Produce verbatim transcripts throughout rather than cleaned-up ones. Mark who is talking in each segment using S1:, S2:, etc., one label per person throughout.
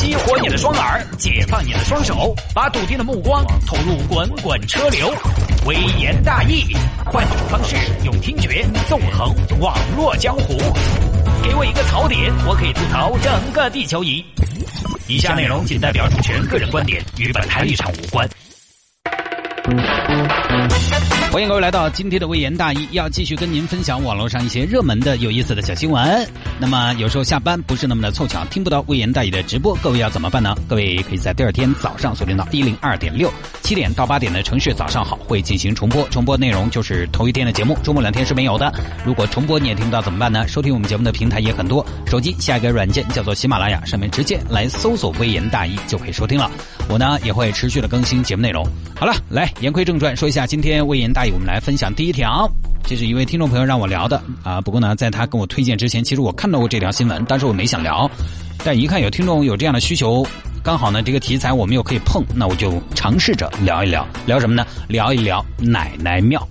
S1: 激活你的双耳，解放你的双手，把笃定的目光投入滚滚车流。微言大义，换种方式用听觉纵横网络江湖。给我一个槽点，我可以吐槽整个地球仪。以下内容仅代表主持人个人观点，与本台立场无关。欢迎各位来到今天的微言大义，要继续跟您分享网络上一些热门的有意思的小新闻。那么有时候下班不是那么的凑巧，听不到微言大义的直播，各位要怎么办呢？各位可以在第二天早上锁定到一零二点六，七点到八点的城市早上好会进行重播，重播内容就是头一天的节目，周末两天是没有的。如果重播你也听不到怎么办呢？收听我们节目的平台也很多，手机下一个软件叫做喜马拉雅，上面直接来搜索微言大义就可以收听了。我呢也会持续的更新节目内容。好了，来言归正传，说一下今天微言大义我们来分享第一条，这是一位听众朋友让我聊的啊。不过呢，在他跟我推荐之前，其实我看到过这条新闻，但是我没想聊。但一看有听众有这样的需求，刚好呢这个题材我们又可以碰，那我就尝试着聊一聊。聊什么呢？聊一聊奶奶庙。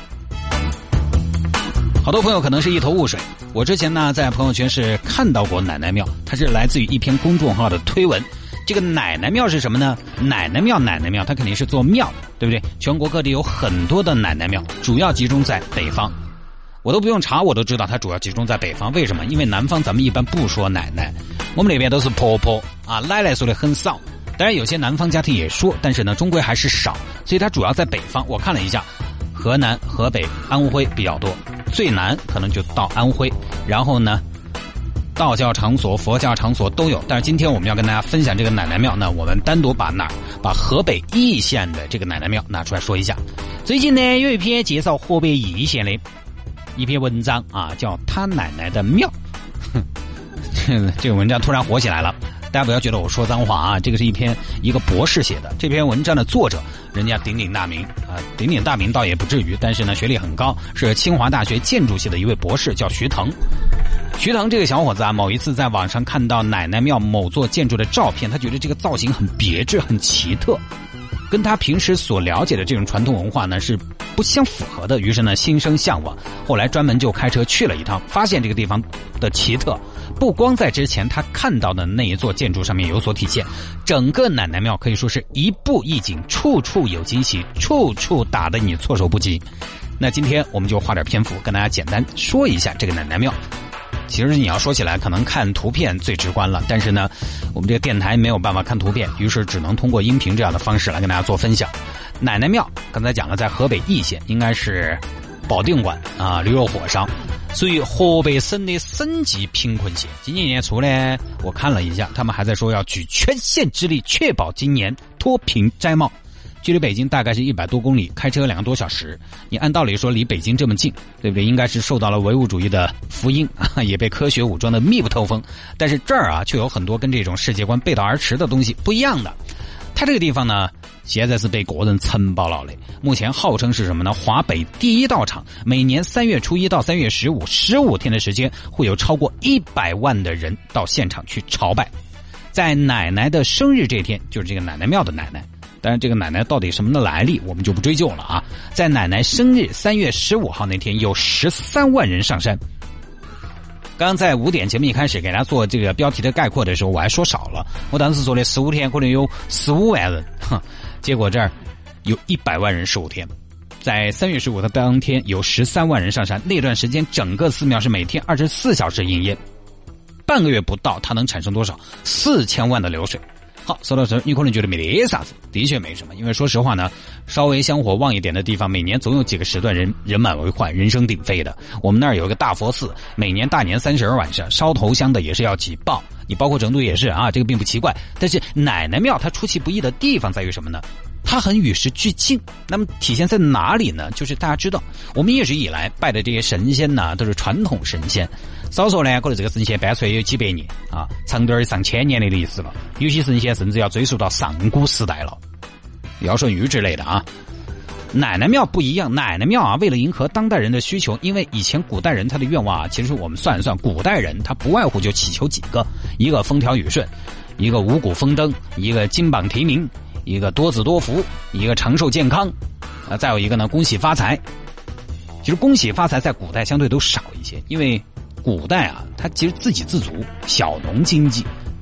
S1: 好多朋友可能是一头雾水，我之前呢在朋友圈是看到过奶奶庙，它是来自于一篇公众号的推文。这个奶奶庙是什么呢？奶奶庙奶奶庙它肯定是做庙，对不对？全国各地有很多的奶奶庙，主要集中在北方。我都不用查，我都知道它主要集中在北方。为什么？因为南方咱们一般不说奶奶，我们那边都是婆婆啊，奶奶说的很少。当然有些南方家庭也说，但是呢终归还是少，所以它主要在北方。我看了一下，河南、河北、安徽比较多，最南可能就到安徽，然后呢道教场所、佛教场所都有。但是今天我们要跟大家分享这个奶奶庙呢，我们单独把哪儿把河北易县的这个奶奶庙拿出来说一下。最近呢有一篇介绍河北易县的一篇文章啊，叫他奶奶的庙。这个文章突然火起来了，大家不要觉得我说脏话啊，这个是一篇一个博士写的。这篇文章的作者人家鼎鼎大名啊，鼎鼎大名倒也不至于，但是呢学历很高，是清华大学建筑系的一位博士，叫徐腾。徐腾这个小伙子啊，某一次在网上看到奶奶庙某座建筑的照片，他觉得这个造型很别致、很奇特，跟他平时所了解的这种传统文化呢是不相符合的。于是呢心生向往，后来专门就开车去了一趟，发现这个地方的奇特不光在之前他看到的那一座建筑上面有所体现，整个奶奶庙可以说是一步一景，处处有惊喜，处处打得你措手不及。那今天我们就花点篇幅跟大家简单说一下这个奶奶庙。其实你要说起来可能看图片最直观了，但是呢我们这个电台没有办法看图片，于是只能通过音频这样的方式来跟大家做分享。奶奶庙刚才讲了，在河北易县，应该是保定馆啊，驴肉火烧，属于河北省的省级贫困县。今年年初呢我看了一下，他们还在说要举全县之力确保今年脱贫摘帽。距离北京大概是一百多公里，开车两个多小时。你按道理说离北京这么近，对不对？应该是受到了唯物主义的福音，也被科学武装的密不透风。但是这儿啊，却有很多跟这种世界观背道而驰的东西不一样的。它这个地方呢，现在是被国人承包了嘞。目前号称是什么呢？华北第一道场，每年三月初一到三月十五，十五天的时间，会有超过一百万的人到现场去朝拜。在奶奶的生日这天，就是这个奶奶庙的奶奶。当然这个奶奶到底什么的来历我们就不追究了啊。在奶奶生日三月十五号那天，有十三万人上山。刚刚在五点节目一开始给大家做这个标题的概括的时候，我还说少了，我当时说的十五天可能有十五万人，哼，结果这儿有一百万人十五天。在三月十五的当天有十三万人上山，那段时间整个寺庙是每天二十四小时营业，半个月不到它能产生多少？四千万的流水。好，说到这你可能觉得没得啥子，的确没什么，因为说实话呢，稍微香火旺一点的地方，每年总有几个时段人人满为患，人声鼎沸的。我们那儿有一个大佛寺，每年大年三十晚上烧头香的也是要挤爆，你包括成都也是啊，这个并不奇怪。但是奶奶庙它出其不意的地方在于什么呢？它很与时俱进。那么体现在哪里呢？就是大家知道，我们一直以来拜的这些神仙呢，都是传统神仙。少说呢，可能这个神仙搬出来有几百年啊，长点儿上千年的历史了。有些神仙甚至要追溯到上古时代了，尧舜禹之类的啊。奶奶庙不一样，奶奶庙啊，为了迎合当代人的需求，因为以前古代人他的愿望啊，其实我们算一算，古代人他不外乎就祈求几个：一个风调雨顺，一个五谷丰登，一个金榜题名，一个多子多福，一个长寿健康，啊，再有一个呢，恭喜发财。其实恭喜发财在古代相对都少一些，因为古代啊，它其实自给自足，小农经济，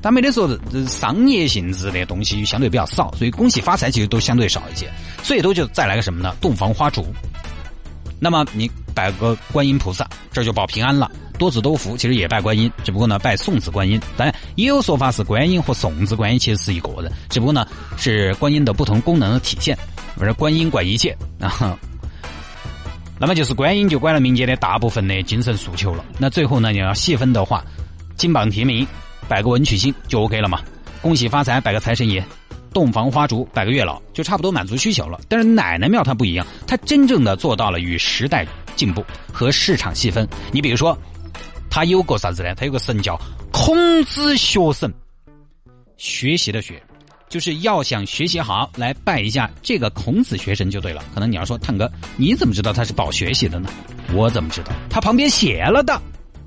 S1: 他没得说商业性质的东西相对比较少，所以恭喜发财其实都相对少一些，最多就再来个什么呢？洞房花烛。那么你拜个观音菩萨，这就保平安了。多子多福其实也拜观音，只不过呢拜送子观音。当然也有说法是观音和送子观音其实是一个人，只不过呢是观音的不同功能的体现。而观音管一切啊。那么就是观音就管了民间的大部分的精神诉求了。那最后呢你要细分的话，金榜题名摆个文曲星就 OK 了嘛，恭喜发财摆个财神爷，洞房花烛摆个月老，就差不多满足需求了。但是奶奶庙它不一样，它真正的做到了与时代进步和市场细分。你比如说它有个啥子呢？它有个神叫孔子学神，学习的学，就是要想学习好来拜一下这个孔子学神就对了。可能你要说探哥你怎么知道他是保学习的呢？我怎么知道？他旁边写了的。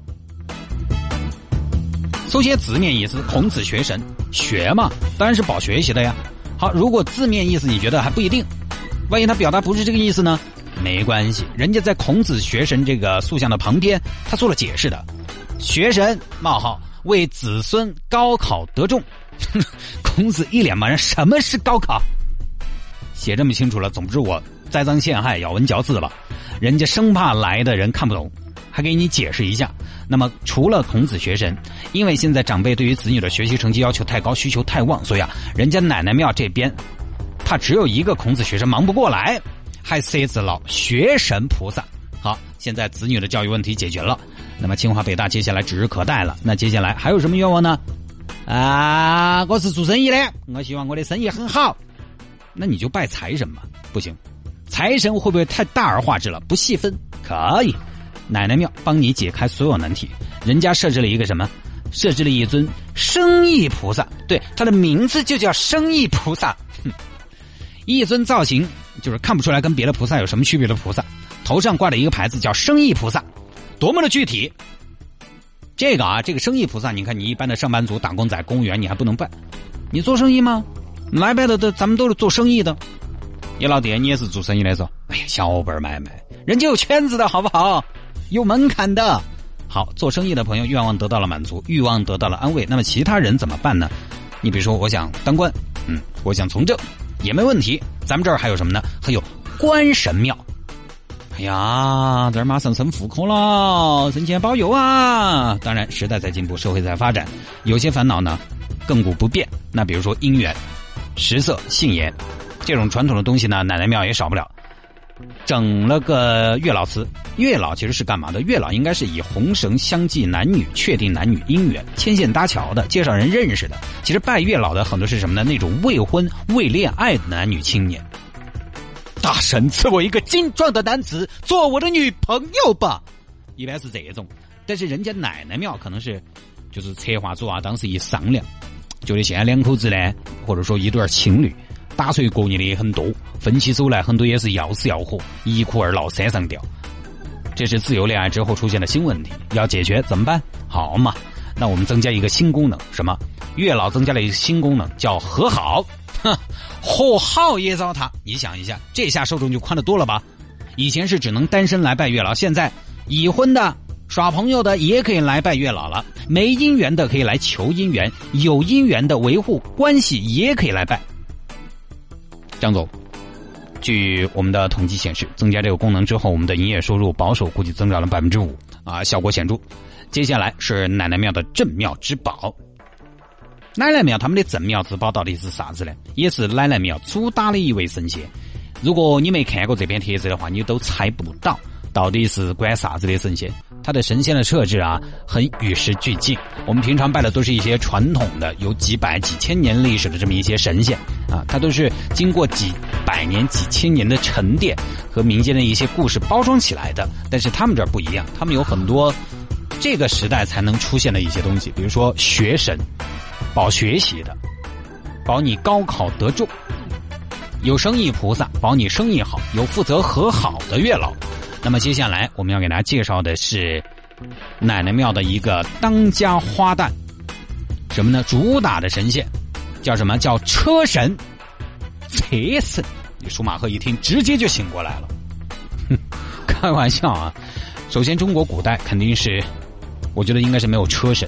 S1: 首先字面意思孔子学神，学嘛当然是保学习的呀。好，如果字面意思你觉得还不一定，万一他表达不是这个意思呢？没关系，人家在孔子学神这个塑像的旁边他做了解释的。学神冒号为子孙高考得中。孔子一脸茫然，什么是高考？写这么清楚了，总之我栽赃陷害咬文嚼字了，人家生怕来的人看不懂，还给你解释一下。那么除了孔子学神，因为现在长辈对于子女的学习成绩要求太高，需求太旺，所以啊人家奶奶庙这边怕只有一个孔子学神忙不过来，还设置了学神菩萨。好，现在子女的教育问题解决了，那么清华北大接下来指日可待了。那接下来还有什么愿望呢？啊，我是做生意的，我希望我的生意很好。那你就拜财神嘛？不行，财神会不会太大而化之了？不细分可以，奶奶庙帮你解开所有难题。人家设置了一个什么？设置了一尊生意菩萨，对，他的名字就叫生意菩萨。一尊造型就是看不出来跟别的菩萨有什么区别的菩萨，头上挂了一个牌子叫生意菩萨，多么的具体。这个啊，这个生意菩萨，你看你一般的上班族、打工仔、公务员你还不能拜，你做生意吗？来拜的都咱们都是做生意的。叶老爹，你也是做生意的时候，哎呀，小本买卖，人家有圈子的好不好？有门槛的。好，做生意的朋友愿望得到了满足，欲望得到了安慰，那么其他人怎么办呢？你比如说我想当官，嗯，我想从政也没问题。咱们这儿还有什么呢？还有关神庙。哎呀，这儿马上升户口了，生前保佑啊！当然时代在进步，社会在发展，有些烦恼呢亘古不变。那比如说姻缘、食色、性言这种传统的东西呢，奶奶庙也少不了。整了个月老祠，月老其实是干嘛的？月老应该是以红绳相系男女，确定男女姻缘，牵线搭桥的，介绍人认识的。其实拜月老的很多是什么呢？那种未婚未恋爱的男女青年。大神赐我一个精壮的男子做我的女朋友吧，一般是这种。但是人家奶奶庙可能是就是策划组啊当时一商量，觉得现在两口子呢或者说一对情侣打碎过年的也很多，分起手来很多也是要死要活，一哭二闹三上吊。这是自由恋爱之后出现的新问题，要解决怎么办？好嘛，那我们增加一个新功能，什么？月老增加了一个新功能叫和好。哼，和好也糟蹋。你想一下，这下受众就宽得多了吧？以前是只能单身来拜月老，现在已婚的、耍朋友的也可以来拜月老了，没姻缘的可以来求姻缘，有姻缘的维护关系也可以来拜。张总，据我们的统计显示，增加这个功能之后，我们的营业收入保守估计增长了百分之五啊，效果显著。接下来是奶奶庙的镇庙之宝。奶奶庙他们的镇庙之宝到底是啥子呢？也是奶奶庙主打的一位神仙。如果你没看过这篇帖子的话，你都猜不到到底是管啥子的神仙。他的神仙的设置啊，很与时俱进。我们平常拜的都是一些传统的有几百几千年历史的这么一些神仙啊，它都是经过几百年几千年的沉淀和民间的一些故事包装起来的。但是他们这儿不一样，他们有很多这个时代才能出现的一些东西，比如说学神，保学习的，保你高考得中；有生意菩萨，保你生意好；有负责和好的月老。那么接下来我们要给大家介绍的是奶奶庙的一个当家花旦，什么呢？主打的神仙叫什么？叫车神、车神。你舒马赫一听直接就醒过来了，哼，开玩笑啊！首先中国古代肯定是我觉得应该是没有车神的，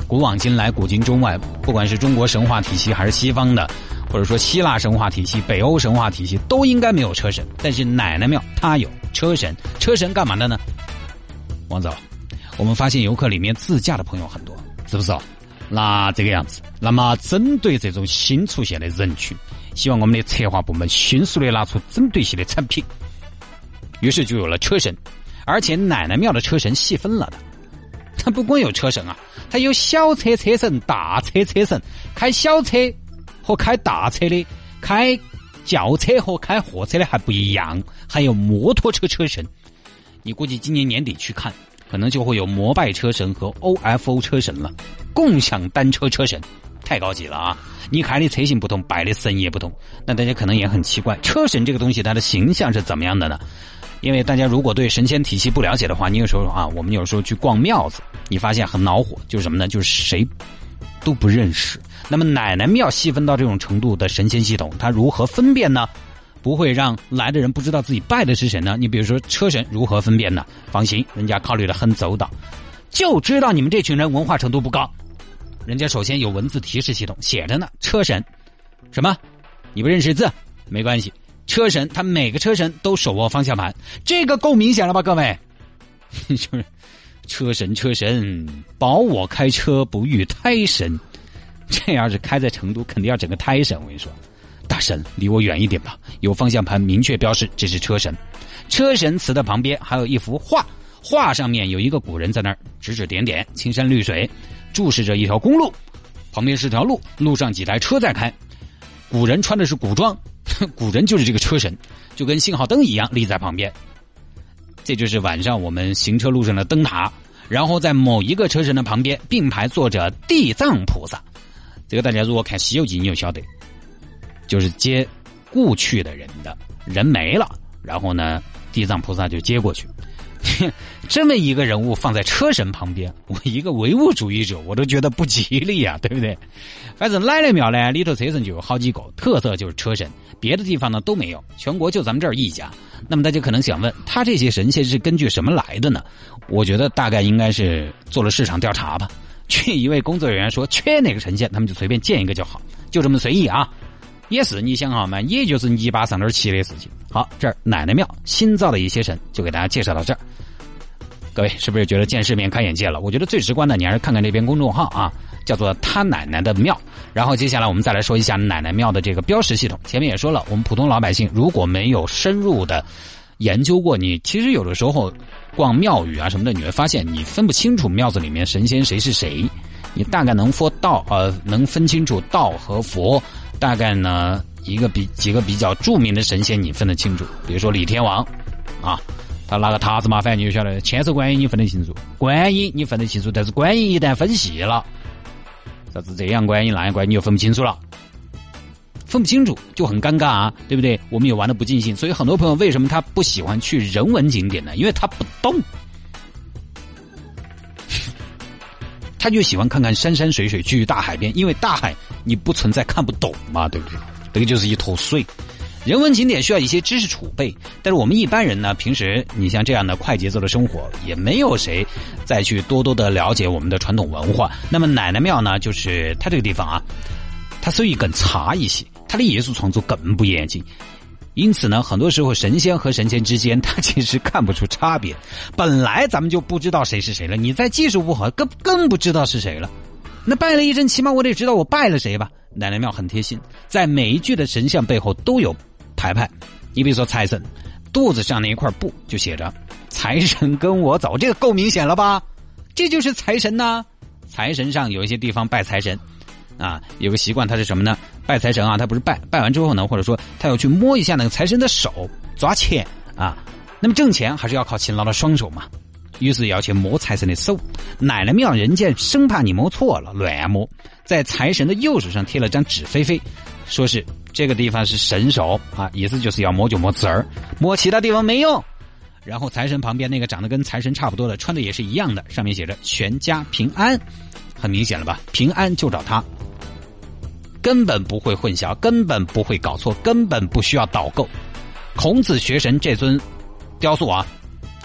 S1: 古往今来，古今中外，不管是中国神话体系还是西方的，或者说希腊神话体系、北欧神话体系，都应该没有车神。但是奶奶庙它有车神，车神干嘛的呢？王总，我们发现游客里面自驾的朋友很多，是不是哦？那这个样子，那么针对这种新出现的人群，希望我们的策划部门迅速的拿出针对性的产品。于是就有了车神，而且奶奶庙的车神细分了的，它不光有车神啊，它有小车车神、大车车神，开小车和开大车的，开轿车和开货车的还不一样，还有摩托车车神。你估计今年年底去看，可能就会有摩拜车神和 O F O 车神了，共享单车车神，太高级了啊！你开的车型不同，拜的神也不同。那大家可能也很奇怪，车神这个东西它的形象是怎么样的呢？因为大家如果对神仙体系不了解的话，你有时候啊，我们有时候去逛庙子，你发现很恼火，就是什么呢？就是谁都不认识。那么奶奶庙细分到这种程度的神仙系统，它如何分辨呢？不会让来的人不知道自己拜的是谁呢？你比如说车神如何分辨呢？放心，人家考虑得很周到，就知道你们这群人文化程度不高。人家首先有文字提示系统，写着呢，车神什么？你不认识字没关系。车神，他每个车神都手握方向盘，这个够明显了吧，各位？就是车神，车神，保我开车不遇胎神。这要是开在成都，肯定要整个胎神。我跟你说，大神离我远一点吧。有方向盘明确标示这是车神。车神祠的旁边还有一幅画，画上面有一个古人在那儿指指点点，青山绿水，注视着一条公路，旁边是条路，路上几台车在开。古人穿的是古装，古人就是这个车神，就跟信号灯一样立在旁边。这就是晚上我们行车路上的灯塔。然后在某一个车神的旁边并排坐着地藏菩萨，这个大家如果看《西游记》你就晓得，就是接故去的人的，人没了，然后呢地藏菩萨就接过去。这么一个人物放在车神旁边，我一个唯物主义者我都觉得不吉利啊，对不对？反正奶奶庙呢里头车神就有好几个，特色就是车神，别的地方呢都没有，全国就咱们这儿一家。那么大家可能想问，他这些神仙是根据什么来的呢？我觉得大概应该是做了市场调查吧，去一位工作人员说缺哪个神仙，他们就随便建一个就好，就这么随意啊。也是你想好吗？也就是泥巴上点漆的事情。好，这儿奶奶庙新造的一些神就给大家介绍到这儿。各位是不是觉得见世面开眼界了？我觉得最直观的你还是看看这篇公众号啊，叫做他奶奶的庙。然后接下来我们再来说一下奶奶庙的这个标识系统。前面也说了，我们普通老百姓如果没有深入的研究过，你其实有的时候逛庙宇啊什么的，你会发现你分不清楚庙子里面神仙谁是谁。你大概能佛道呃能分清楚道和佛，大概呢一个比几个比较著名的神仙你分得清楚，比如说李天王啊，他拿个塔子嘛，反正你就晓得。千手观音你分得清楚，观音你分得清楚，但是观音一旦分细了，啥子这样观音那样观音你就分不清楚了，分不清楚就很尴尬啊，对不对？我们也玩得不尽兴，所以很多朋友为什么他不喜欢去人文景点呢？因为他不懂，他就喜欢看看山山水水，去大海边，因为大海你不存在看不懂嘛，对不对？这个就是一坨水。人文景点需要一些知识储备，但是我们一般人呢，平时你像这样的快节奏的生活，也没有谁再去多多的了解我们的传统文化。那么奶奶庙呢，就是它这个地方啊，它所以更差一些，它的艺术创作更不严谨。因此呢，很多时候神仙和神仙之间，它其实看不出差别。本来咱们就不知道谁是谁了，你在技术不好，更更不知道是谁了。那拜了一阵，起码我得知道我拜了谁吧。奶奶庙很贴心，在每一具的神像背后都有牌牌。你比如说财神，肚子上那一块布就写着财神跟我走，这个够明显了吧？这就是财神呐、啊。财神上有一些地方拜财神啊，有个习惯，他是什么呢？拜财神啊，他不是拜拜完之后呢，或者说他要去摸一下那个财神的手，抓钱啊。那么挣钱还是要靠勤劳的双手嘛，于是要去摸财神的手。奶奶庙人家生怕你摸错了，乱摸，在财神的右手上贴了张纸飞飞，说是这个地方是神手啊，意思就是要摸就摸字儿，摸其他地方没用。然后财神旁边那个长得跟财神差不多的，穿的也是一样的，上面写着全家平安，很明显了吧？平安就找他，根本不会混淆，根本不会搞错，根本不需要导购。孔子学神这尊雕塑啊，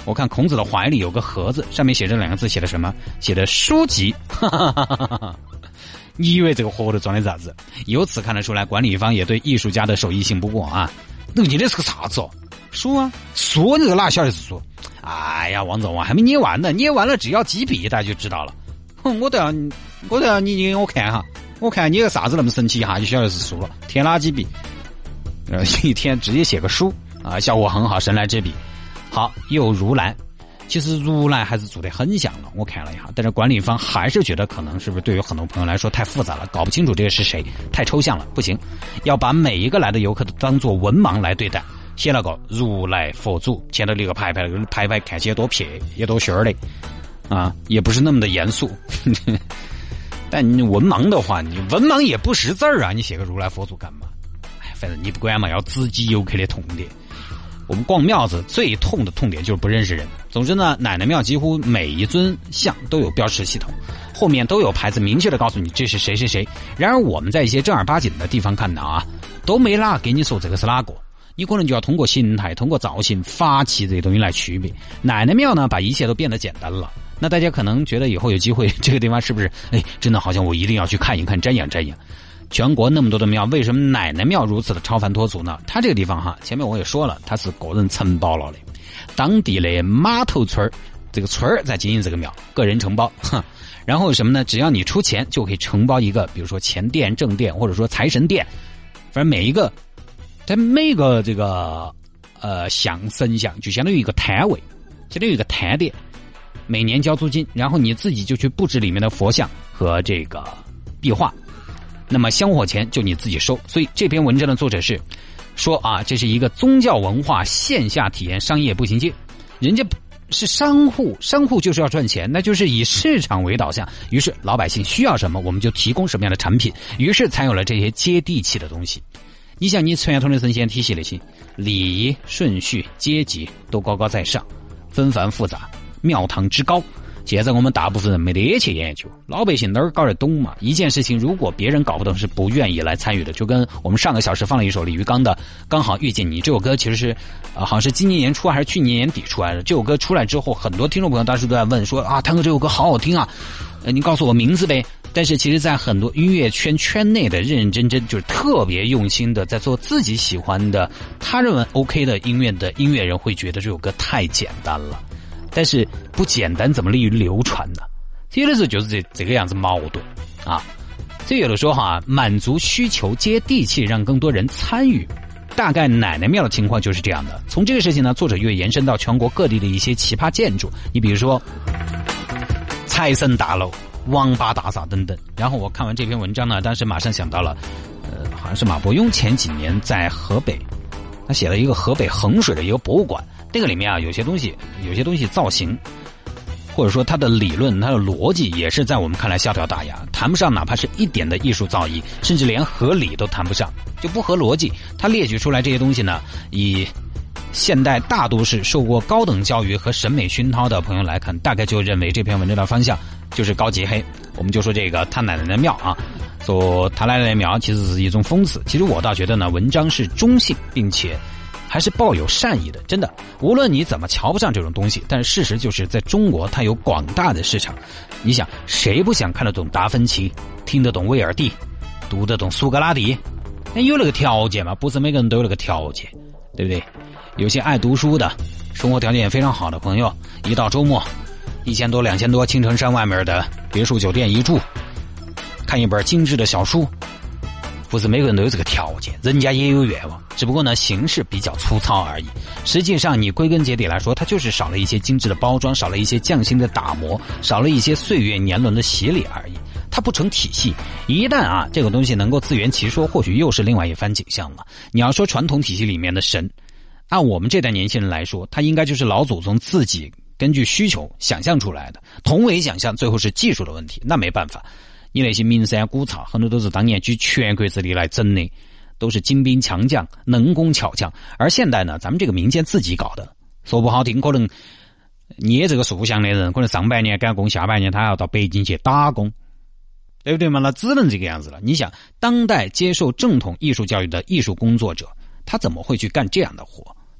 S1: 我看孔子的怀里有个盒子，上面写着两个字，写的什么？写的书籍。哈哈哈哈哈。你以为这个盒子装的啥子？由此看得出来，管理方也对艺术家的手艺信不过啊。那你这是个啥子哦？书啊，书你这个哪晓得是书？哎呀，王总啊，还没捏完呢，捏完了只要几笔，大家就知道了。哼，我都要，我都要你你我看哈，我看你个啥子那么神奇，一下就晓得是书了。添哪几笔？呃，一天直接写个书啊，效果很好，神来之笔。好，又如来，其实如来还是做得很像了，我看了一下，但是管理方还是觉得可能是不是对于很多朋友来说太复杂了，搞不清楚这个是谁，太抽象了，不行，要把每一个来的游客都当作文盲来对待。写了个如来佛祖，前头那个牌牌，牌牌看起来多撇，也多虚儿的啊，也不是那么的严肃。但你文盲的话，你文盲也不识字儿啊，你写个如来佛祖干嘛？哎，反正你不管嘛，要直击游客的痛点。我们逛庙子最痛的痛点就是不认识人。总之呢，奶奶庙几乎每一尊像都有标识系统，后面都有牌子明确的告诉你这是谁谁谁。然而我们在一些正儿八经的地方看到啊，都没哪给你说这个是哪个。你可能就要通过形态、通过造型、法器这些东西来区别。奶奶庙呢，把一切都变得简单了。那大家可能觉得以后有机会，这个地方是不是？哎，真的好像我一定要去看一看、瞻仰瞻仰。全国那么多的庙，为什么奶奶庙如此的超凡脱俗呢？它这个地方哈，前面我也说了，它是个人承包了的，当地的码头村这个村在经营这个庙，个人承包。哼，然后什么呢？只要你出钱，就可以承包一个，比如说钱店、正店，或者说财神殿，反正每一个。在每个这个呃像神像就相当于一个摊位，相当于一个摊点，每年交租金，然后你自己就去布置里面的佛像和这个壁画，那么香火钱就你自己收。所以这篇文章的作者是说啊，这是一个宗教文化线下体验商业步行街，人家是商户，商户就是要赚钱，那就是以市场为导向，于是老百姓需要什么我们就提供什么样的产品，于是才有了这些接地气的东西。你想你传统的神仙体系里去，礼仪顺序阶级都高高在上，纷繁复杂，庙堂之高，现在我们大部分人没得去研究，老百姓哪儿搞得懂嘛？一件事情如果别人搞不懂是不愿意来参与的。就跟我们上个小时放了一首李玉刚的《刚好遇见你》，这首歌其实是呃好像是今年年初还是去年年底出来的。这首歌出来之后，很多听众朋友当时都在问说啊，谭哥这首歌好好听啊，呃你告诉我名字呗。但是其实在很多音乐圈圈内的认认真真就是特别用心的在做自己喜欢的他认为 OK 的音乐的音乐人会觉得这首歌太简单了，但是不简单怎么利于流传呢？有的时候就是这这个样子矛盾啊。所以有的时候哈，满足需求接地气，让更多人参与。大概奶奶庙的情况就是这样的。从这个事情呢，作者又延伸到全国各地的一些奇葩建筑，你比如说财神大楼、王八大厦等等。然后我看完这篇文章呢，当时马上想到了呃，好像是马伯庸前几年在河北他写了一个河北衡水的一个博物馆，那个里面啊有些东西有些东西造型或者说它的理论它的逻辑也是在我们看来笑掉大牙，谈不上哪怕是一点的艺术造诣，甚至连合理都谈不上，就不合逻辑。他列举出来这些东西呢，以现代大都市受过高等教育和审美熏陶的朋友来看，大概就认为这篇文章的方向就是高级黑。我们就说这个他奶奶的庙啊，说他奶奶的庙其实是一种讽刺。其实我倒觉得呢，文章是中性，并且还是抱有善意的。真的，无论你怎么瞧不上这种东西，但是事实就是在中国它有广大的市场。你想谁不想看得懂达芬奇，听得懂威尔第，读得懂苏格拉底？那有那个条件嘛，不是每个人都有那个条件，对不对？有些爱读书的生活条件也非常好的朋友，一到周末一千多两千多青城山外面的别墅酒店一住，看一本精致的小书，不是每个人都有这个条件，人家也有愿望，只不过呢形式比较粗糙而已。实际上你归根结底来说，它就是少了一些精致的包装，少了一些匠心的打磨，少了一些岁月年轮的洗礼而已，它不成体系。一旦啊这个东西能够自圆其说，或许又是另外一番景象了。你要说传统体系里面的神，按我们这代年轻人来说，他应该就是老祖宗自己根据需求想象出来的，同为想象，最后是技术的问题，那没办法。你那些名山古刹很多都是当年举全国之力来整的，都是精兵强将能工巧匠，而现代呢咱们这个民间自己搞的，说不好听可能捏这个塑像的人可能上半年赶工，下半年他要到北京去打工，对不对嘛？那只能这个样子了。你想当代接受正统艺术教育的艺术工作者，他怎么会去干这样的活？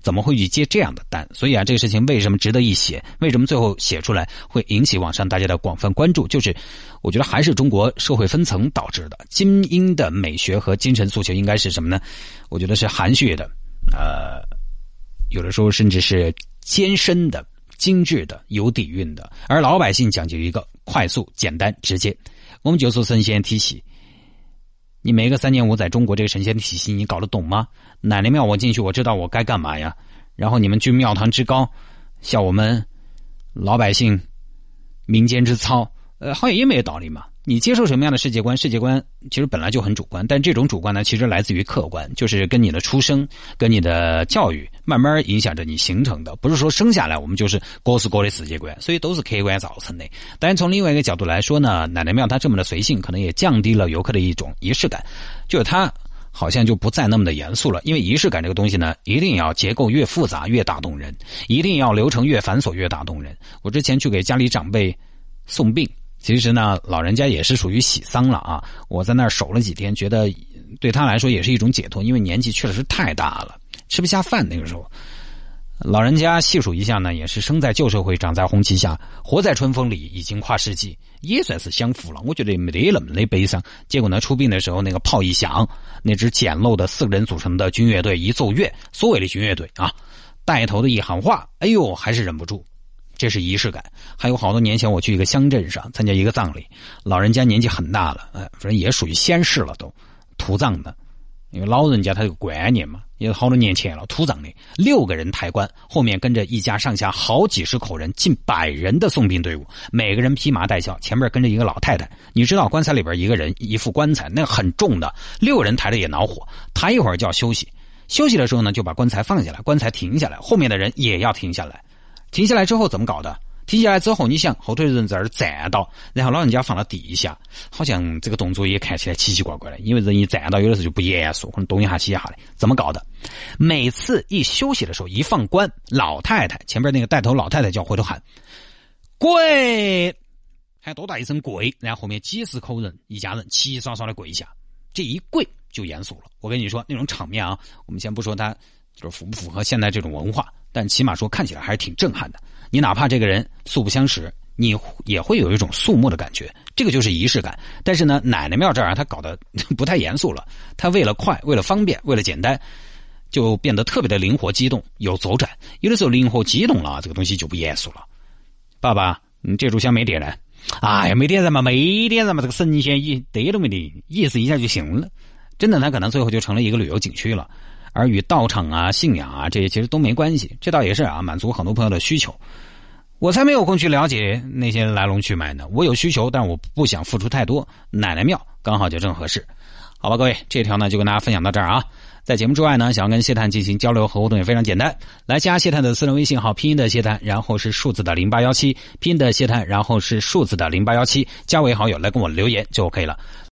S1: 怎么会去接这样的单？所以啊，这个事情为什么值得一写？为什么最后写出来会引起网上大家的广泛关注？就是我觉得还是中国社会分层导致的。精英的美学和精神诉求应该是什么呢？我觉得是含蓄的，呃，有的时候甚至是艰深的、精致的、有底蕴的。而老百姓讲究一个快速、简单、直接。我们就说神仙体系，你每个三年五载中国这个神仙体系你搞得懂吗？奶奶庙我进去我知道我该干嘛呀，然后你们居庙堂之高笑我们老百姓民间之操，呃，好像也没有道理嘛。你接受什么样的世界观？世界观其实本来就很主观，但这种主观呢，其实来自于客观，就是跟你的出生、跟你的教育慢慢影响着你形成的，不是说生下来我们就是各是各的世界观，所以都是客观造成的。当然，从另外一个角度来说呢，奶奶庙它这么的随性，可能也降低了游客的一种仪式感，就是它好像就不再那么的严肃了。因为仪式感这个东西呢，一定要结构越复杂越打动人，一定要流程越繁琐越打动人。我之前去给家里长辈送病。其实呢，老人家也是属于喜丧了啊！我在那儿守了几天，觉得对他来说也是一种解脱，因为年纪确实是太大了，吃不下饭。那个时候，老人家细数一下呢，也是生在旧社会，长在红旗下，活在春风里，已经跨世纪，也算是享福了。我觉得没得那么的悲伤。结果呢，出殡的时候，那个炮一响，那支简陋的四个人组成的军乐队一奏乐，所谓的军乐队啊，带头的一喊话，哎呦，还是忍不住。这是仪式感。还有好多年前我去一个乡镇上参加一个葬礼，老人家年纪很大了，呃，反正也属于仙士了都，土葬的。因为老人家他有个观念嘛，也好多年前了，土葬的，六个人抬棺，后面跟着一家上下好几十口人，近百人的送殡队伍，每个人披麻戴孝，前面跟着一个老太太。你知道棺材里边一个人一副棺材，那很重的，六个人抬着也恼火，抬一会儿就要休息，休息的时候呢就把棺材放下来，棺材停下来，后面的人也要停下来。停下来之后怎么搞的？停下来之后，你想后腿的人在这儿站到，然后老人家放到地下，好像这个动作也看起来奇奇怪怪的，因为人一站到有的时候就不严肃，可能动一下起一下的。怎么搞的？每次一休息的时候，一放棺，老太太前边那个带头老太太就要回头喊跪，还多大一声跪，然后后面几十口人一家人齐刷刷的跪下，这一跪就严肃了。我跟你说那种场面啊，我们先不说它就是符不符合现在这种文化，但起码说看起来还是挺震撼的。你哪怕这个人素不相识，你也会有一种肃穆的感觉，这个就是仪式感。但是呢，奶奶庙这儿他搞得不太严肃了，他为了快，为了方便，为了简单，就变得特别的灵活机动，有走展。有的时候灵活机动了，这个东西就不严肃了。爸爸，你这炷香没点燃？哎呀，没点燃嘛，没点燃嘛，这个神仙一得都没得，意思一下就行了。真的，他可能最后就成了一个旅游景区了。而与道场啊、信仰啊这些其实都没关系，这倒也是啊，满足很多朋友的需求。我才没有空去了解那些来龙去脉呢。我有需求，但我不想付出太多。奶奶庙刚好就正合适。好吧，各位，这条呢就跟大家分享到这儿啊。在节目之外呢，想要跟谢探进行交流和互动也非常简单，来加谢探的私人微信号，拼音的谢探，然后是数字的零八一七，拼音的谢探，然后是数字的零八一七，加为好友来跟我留言就 OK 了。